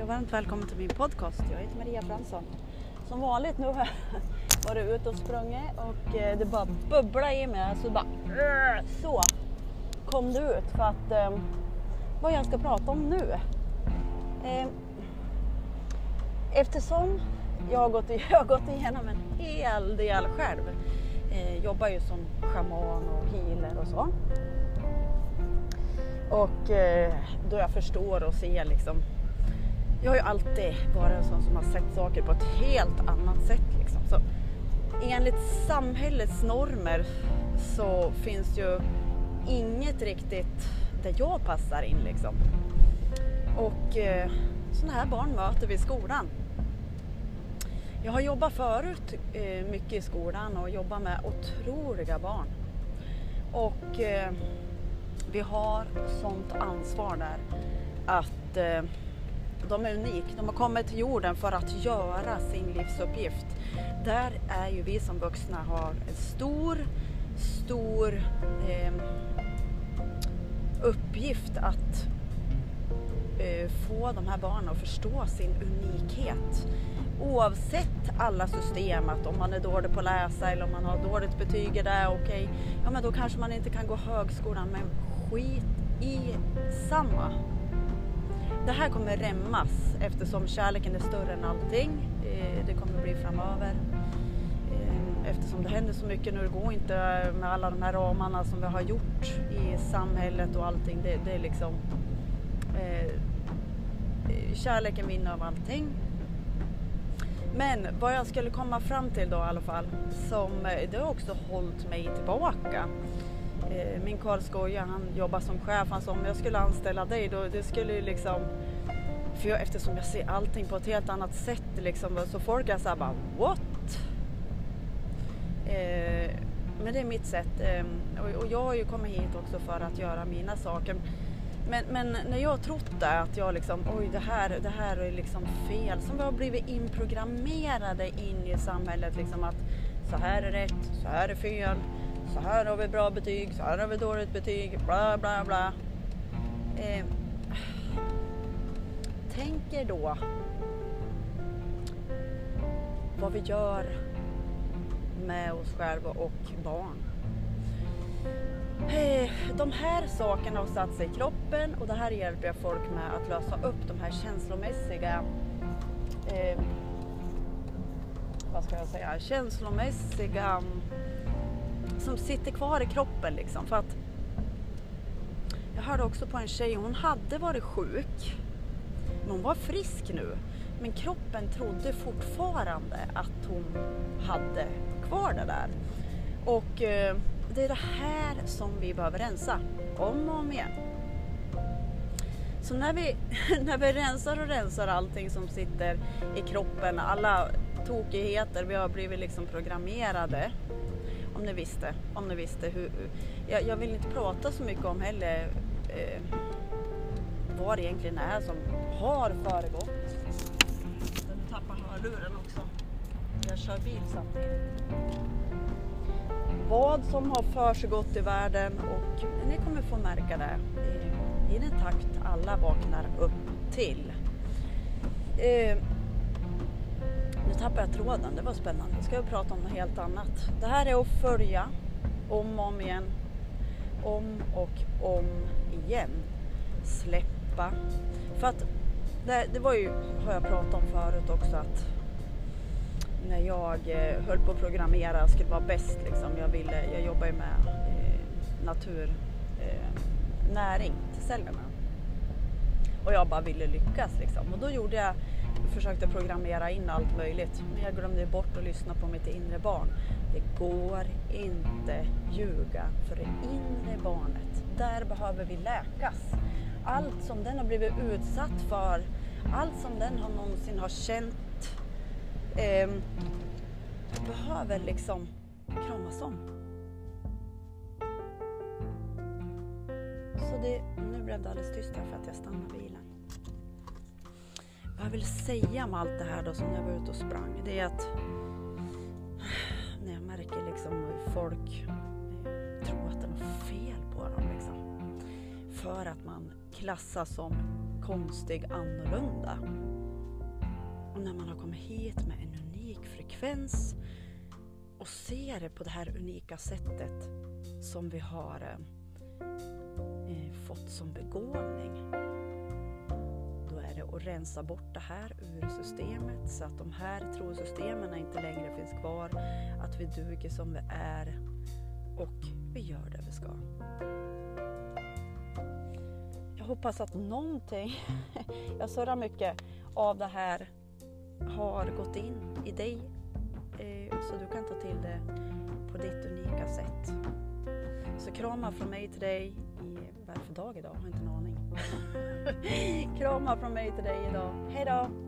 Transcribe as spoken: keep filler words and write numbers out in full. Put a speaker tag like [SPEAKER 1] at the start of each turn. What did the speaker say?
[SPEAKER 1] och varmt välkommen till min podcast. Jag heter Maria Fransson. Som vanligt nu har jag varit ute och sprungit och det bara bubblar i mig. Så bara så kom det ut för att eh, vad jag ska prata om nu. Eh, eftersom jag har gått, jag har gått igenom en hel del själv. Eh, jobbar ju som shaman och healer och så. Och eh, då jag förstår och ser liksom. Jag har ju alltid varit en sån som har sett saker på ett helt annat sätt liksom. Så enligt samhällets normer så finns ju inget riktigt där jag passar in liksom. Och eh, såna här barn möter vi i skolan. Jag har jobbat förut eh, mycket i skolan och jobbat med otroliga barn. Och eh, vi har sånt ansvar där att eh, de är unika. De har kommit till jorden för att göra sin livsuppgift. Där är ju vi som vuxna har en stor, stor eh, uppgift att eh, få de här barnen att förstå sin unikhet. Oavsett alla system, att om man är dålig på att läsa eller om man har dåligt betyg är det okej. Okay. Ja, men då kanske man inte kan gå högskolan, men skit i samma. Det här kommer rämmas eftersom kärleken är större än allting. Det kommer bli framöver. Eftersom det händer så mycket nu, det går inte med alla de här ramarna som vi har gjort i samhället och allting. Det, det är liksom eh, kärleken vinner av allting. Men vad jag skulle komma fram till då i alla fall, som det har också hållit mig tillbaka. Min Karl Skoja, han jobbar som chef. Han sa om jag skulle anställa dig då, det skulle ju liksom, för jag, eftersom jag ser allting på ett helt annat sätt liksom, så folk är så här bara what? Eh, men det är mitt sätt eh, och, och jag har ju kommit hit också för att göra mina saker. Men, men när jag trott det, att jag liksom, oj det här, det här är liksom fel, som vi har blivit inprogrammerade in i samhället liksom, att så här är rätt, så här är fel. Så här har vi bra betyg, så här har vi dåligt betyg, bla bla bla. Eh, tänker då vad vi gör med oss själva och barn. Eh, de här sakerna har satt sig i kroppen och det här hjälper jag folk med att lösa upp de här känslomässiga eh, vad ska jag säga, känslomässiga som sitter kvar i kroppen liksom. För att jag hörde också på en tjej, hon hade varit sjuk men hon var frisk nu, men kroppen trodde fortfarande att hon hade kvar det där. Och eh, det är det här som vi behöver rensa om och om igen. Så när vi, när vi rensar och rensar allting som sitter i kroppen, alla tokigheter, vi har blivit liksom programmerade. Om ni visste, om ni visste hur, jag, jag vill inte prata så mycket om heller eh, vad det egentligen är som har föregått. Nu tappar hörluren också. Jag kör bil samtidigt. Vad som har försiggått i världen, och ni kommer få märka det i, i den takt alla vaknar upp till. Eh, Nu tappar jag tråden, det var spännande. Nu ska jag prata om något helt annat. Det här är att följa om och om igen. Om och om igen. Släppa. För att det, det var ju, har jag pratat om förut också, att när jag eh, höll på att programmera skulle vara bäst liksom. Jag ville, jag jobbar ju med eh, natur, eh, näring till cellerna. Och jag bara ville lyckas liksom. Och då gjorde jag försökte programmera in allt möjligt, men jag glömde bort att lyssna på mitt inre barn. Det går inte ljuga för det inre barnet. Där behöver vi läkas. Allt som den har blivit utsatt för, allt som den har någonsin har känt eh, behöver liksom kramas om. Så det, nu blev det alldeles tyst här för att jag stannade bilen. Vad jag vill säga med allt det här då, som jag var ute och sprang, det är att när jag märker liksom hur folk tror att det är något fel på dem liksom, för att man klassas som konstig, annorlunda. Och när man har kommit hit med en unik frekvens och ser det på det här unika sättet som vi har eh, fått som begåvning, då är det att rensa bort det här ur systemet så att de här trosystemen inte längre finns kvar, att vi duger som vi är och vi gör det vi ska. Jag hoppas att någonting, jag surrar mycket, av det här har gått in i dig eh, så du kan ta till det på ditt unika sätt. Så kramar från mig till dig i, vad är det för dag idag? Jag har inte en aning. Kramar från mig till dig idag. Hej då!